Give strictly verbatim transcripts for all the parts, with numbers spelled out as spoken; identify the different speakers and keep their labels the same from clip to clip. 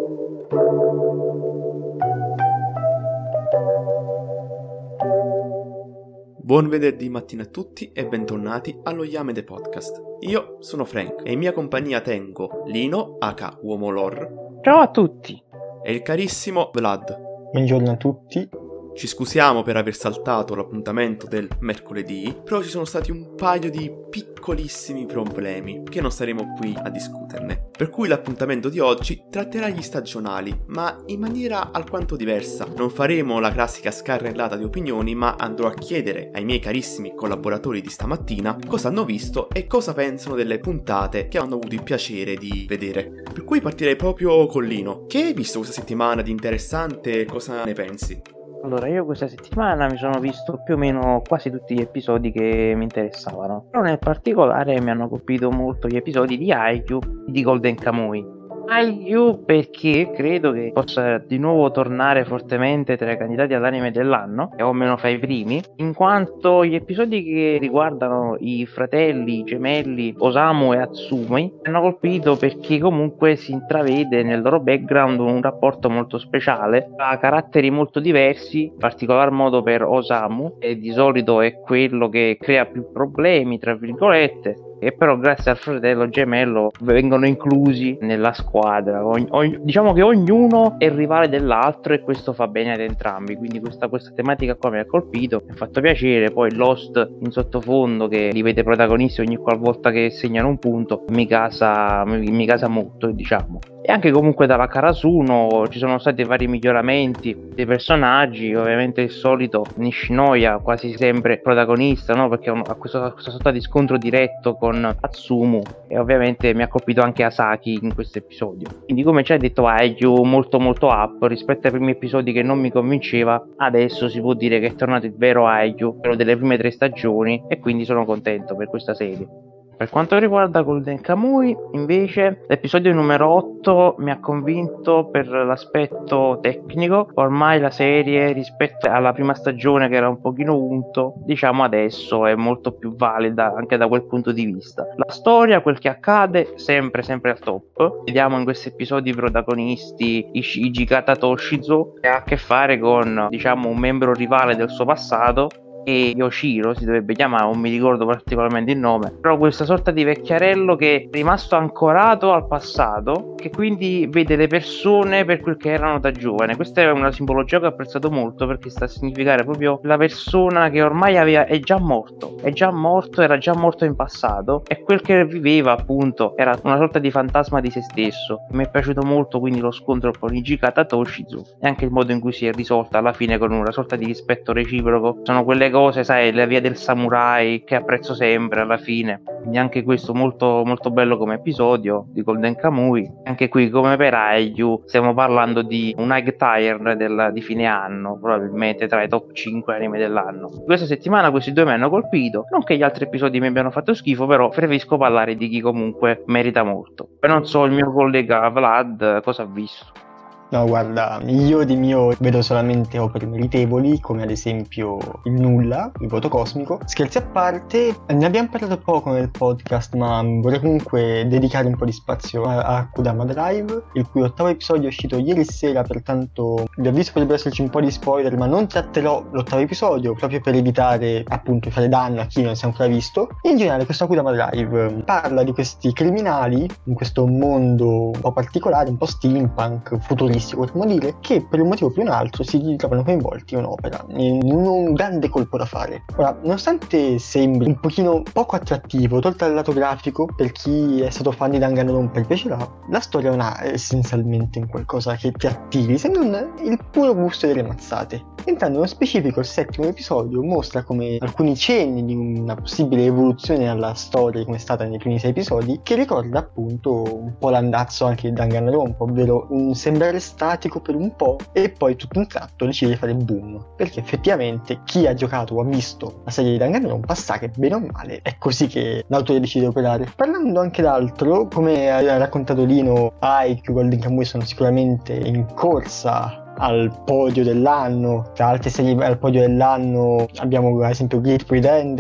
Speaker 1: Buon venerdì mattina a tutti e bentornati allo Yamede Podcast. Io sono Frank e in mia compagnia tengo Lino, aka Uomo Lore.
Speaker 2: Ciao a tutti.
Speaker 1: E il carissimo Vlad.
Speaker 3: Buongiorno a tutti.
Speaker 1: Ci scusiamo per aver saltato l'appuntamento del mercoledì, però ci sono stati un paio di piccolissimi problemi che non staremo qui a discuterne. Per cui l'appuntamento di oggi tratterà gli stagionali, ma in maniera alquanto diversa. Non faremo la classica scarrellata di opinioni, ma andrò a chiedere ai miei carissimi collaboratori di stamattina cosa hanno visto e cosa pensano delle puntate che hanno avuto il piacere di vedere. Per cui partirei proprio con Lino. Che hai visto questa settimana di interessante e cosa ne pensi?
Speaker 2: Allora, io questa settimana mi sono visto più o meno quasi tutti gli episodi che mi interessavano, però nel particolare mi hanno colpito molto gli episodi di Haikyuu e di Golden Kamuy. Haikyuu perché credo che possa di nuovo tornare fortemente tra i candidati all'anime dell'anno, o almeno fra i primi, in quanto gli episodi che riguardano i fratelli gemelli Osamu e Hatsumi mi hanno colpito perché comunque si intravede nel loro background un rapporto molto speciale, ha caratteri molto diversi, in particolar modo per Osamu, e di solito è quello che crea più problemi, tra virgolette, e però grazie al fratello gemello vengono inclusi nella squadra. Ogn- ogn- diciamo che ognuno è rivale dell'altro e questo fa bene ad entrambi, quindi questa, questa tematica qua mi ha colpito, mi ha fatto piacere. Poi Lost in sottofondo che li vede protagonisti ogni qualvolta che segnano un punto mi casa, mi, mi casa molto, diciamo. E anche comunque dalla Karasuno ci sono stati vari miglioramenti dei personaggi, ovviamente il solito Nishinoya quasi sempre protagonista, no? Perché ha questa, questa sorta di scontro diretto con Atsumu, e ovviamente mi ha colpito anche Asaki in questo episodio. Quindi, come ci ha detto Haikyuu, molto molto up rispetto ai primi episodi che non mi convinceva. Adesso si può dire che è tornato il vero Haikyuu, quello delle prime tre stagioni, e quindi sono contento per questa serie. Per quanto riguarda Golden Kamuy, invece, l'episodio numero otto mi ha convinto per l'aspetto tecnico. Ormai la serie, rispetto alla prima stagione che era un pochino unto, diciamo adesso è molto più valida anche da quel punto di vista. La storia, quel che accade, sempre sempre al top. Vediamo in questi episodi protagonisti Ishiji Kata Toshizo, che ha a che fare con, diciamo, un membro rivale del suo passato, e Yoshiro si dovrebbe chiamare, non mi ricordo particolarmente il nome, però questa sorta di vecchiarello che è rimasto ancorato al passato, che quindi vede le persone per quel che erano da giovane. Questa è una simbologia che ho apprezzato molto, perché sta a significare proprio la persona che ormai aveva, è già morto, è già morto, era già morto in passato, e quel che viveva appunto era una sorta di fantasma di se stesso. Mi è piaciuto molto quindi lo scontro con Ishiji Kata Toshizo e anche il modo in cui si è risolta alla fine con una sorta di rispetto reciproco. Sono quelle cose, sai, la via del samurai che apprezzo sempre alla fine. Quindi anche questo molto molto bello come episodio di Golden Kamuy. Anche qui, come per Haikyuu, stiamo parlando di un high tier del, di fine anno, probabilmente tra i top cinque anime dell'anno. Questa settimana questi due mi hanno colpito, non che gli altri episodi mi abbiano fatto schifo, però preferisco parlare di chi comunque merita molto. E non so il mio collega Vlad cosa ha visto.
Speaker 3: No, guarda, io di mio vedo solamente opere meritevoli, come ad esempio Il Nulla, il voto cosmico. Scherzi a parte, ne abbiamo parlato poco nel podcast, ma vorrei comunque dedicare un po' di spazio a, a Kudama Drive, il cui ottavo episodio è uscito ieri sera, pertanto vi avviso potrebbero esserci un po' di spoiler, ma non tratterò l'ottavo episodio, proprio per evitare appunto di fare danno a chi non si è ancora visto. In generale questo Kudama Drive parla di questi criminali in questo mondo un po' particolare, un po' steampunk, futuristico, potremmo dire, che per un motivo o per un altro si ritrovano coinvolti in un'opera, in un grande colpo da fare. Ora, nonostante sembri un pochino poco attrattivo, tolto dal lato grafico, per chi è stato fan di Danganronpa piacerà, la storia non ha essenzialmente un qualcosa che ti attiri, se non il puro gusto delle mazzate. Entrando nello specifico, il settimo episodio mostra come alcuni cenni di una possibile evoluzione alla storia come è stata nei primi sei episodi, che ricorda appunto un po' l'andazzo anche di Danganronpa, ovvero un sembrare statico per un po' e poi tutto un tratto decide di fare boom, perché effettivamente chi ha giocato o ha visto la serie di Danganronpa sa che bene o male è così che l'autore decide di operare. Parlando anche d'altro, come ha raccontato Lino, Haikyuu e Golden Kamuy sono sicuramente in corsa al podio dell'anno. Tra altre serie al podio dell'anno abbiamo ad esempio Great Pretender,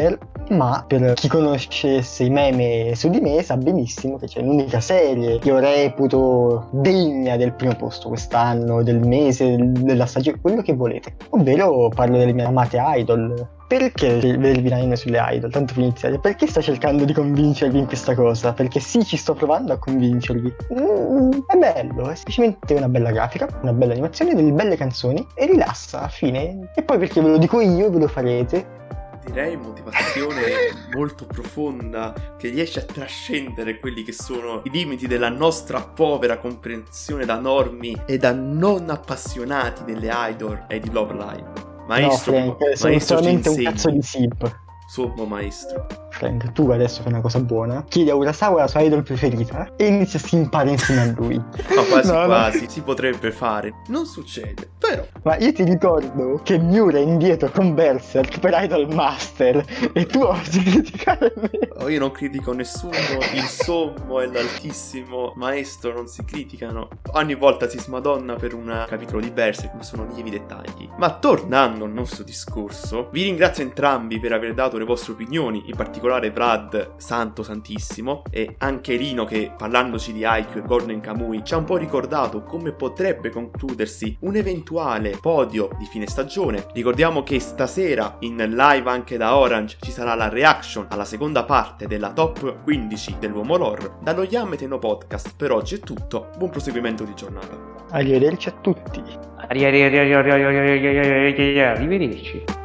Speaker 3: ma per chi conoscesse i meme su di me sa benissimo che c'è l'unica serie che io reputo degna del primo posto quest'anno, del mese, della stagione, quello che volete, ovvero parlo delle mie amate idol. Perché vedervi anime sulle idol? Tanto per iniziare, perché sto cercando di convincervi in questa cosa? Perché sì, ci sto provando a convincervi. Mm, è bello, è semplicemente una bella grafica, una bella animazione, delle belle canzoni e rilassa, fine. E poi perché ve lo dico io, ve lo farete.
Speaker 1: Direi motivazione molto profonda che riesce a trascendere quelli che sono i limiti della nostra povera comprensione da normi e da non appassionati delle idol e di Love Live. Maestro,
Speaker 3: no, Frank, sono
Speaker 1: maestro
Speaker 3: solamente un cazzo di sip.
Speaker 1: Sommo maestro.
Speaker 3: Frank, tu adesso fai una cosa buona, chiedi a Urasawa la sua idol preferita e inizia a simpare insieme a lui.
Speaker 1: Ma quasi
Speaker 3: no,
Speaker 1: quasi,
Speaker 3: no.
Speaker 1: Si potrebbe fare. Non succede, però.
Speaker 3: Ma io ti ricordo che Miura è indietro con Berserk per Idol Master e tu osi criticare me.
Speaker 1: Oh, io non critico nessuno, il sommo e l'altissimo maestro non si criticano. Ogni volta si smadonna per un capitolo di Berserk, ma sono lievi dettagli. Ma tornando al nostro discorso, vi ringrazio entrambi per aver dato le vostre opinioni, in particolare Vlad, santo santissimo, e anche Rino che, parlandoci di Haikyuu e Golden Kamuy, ci ha un po' ricordato come potrebbe concludersi un eventuale podio di fine stagione. Ricordiamo che stasera in live anche da Orange ci sarà la reaction alla seconda parte della top quindici dell'Uomo Lore. Dallo Yamete no Podcast per oggi è tutto, buon proseguimento di giornata.
Speaker 3: Arrivederci a tutti.
Speaker 2: Arrivederci.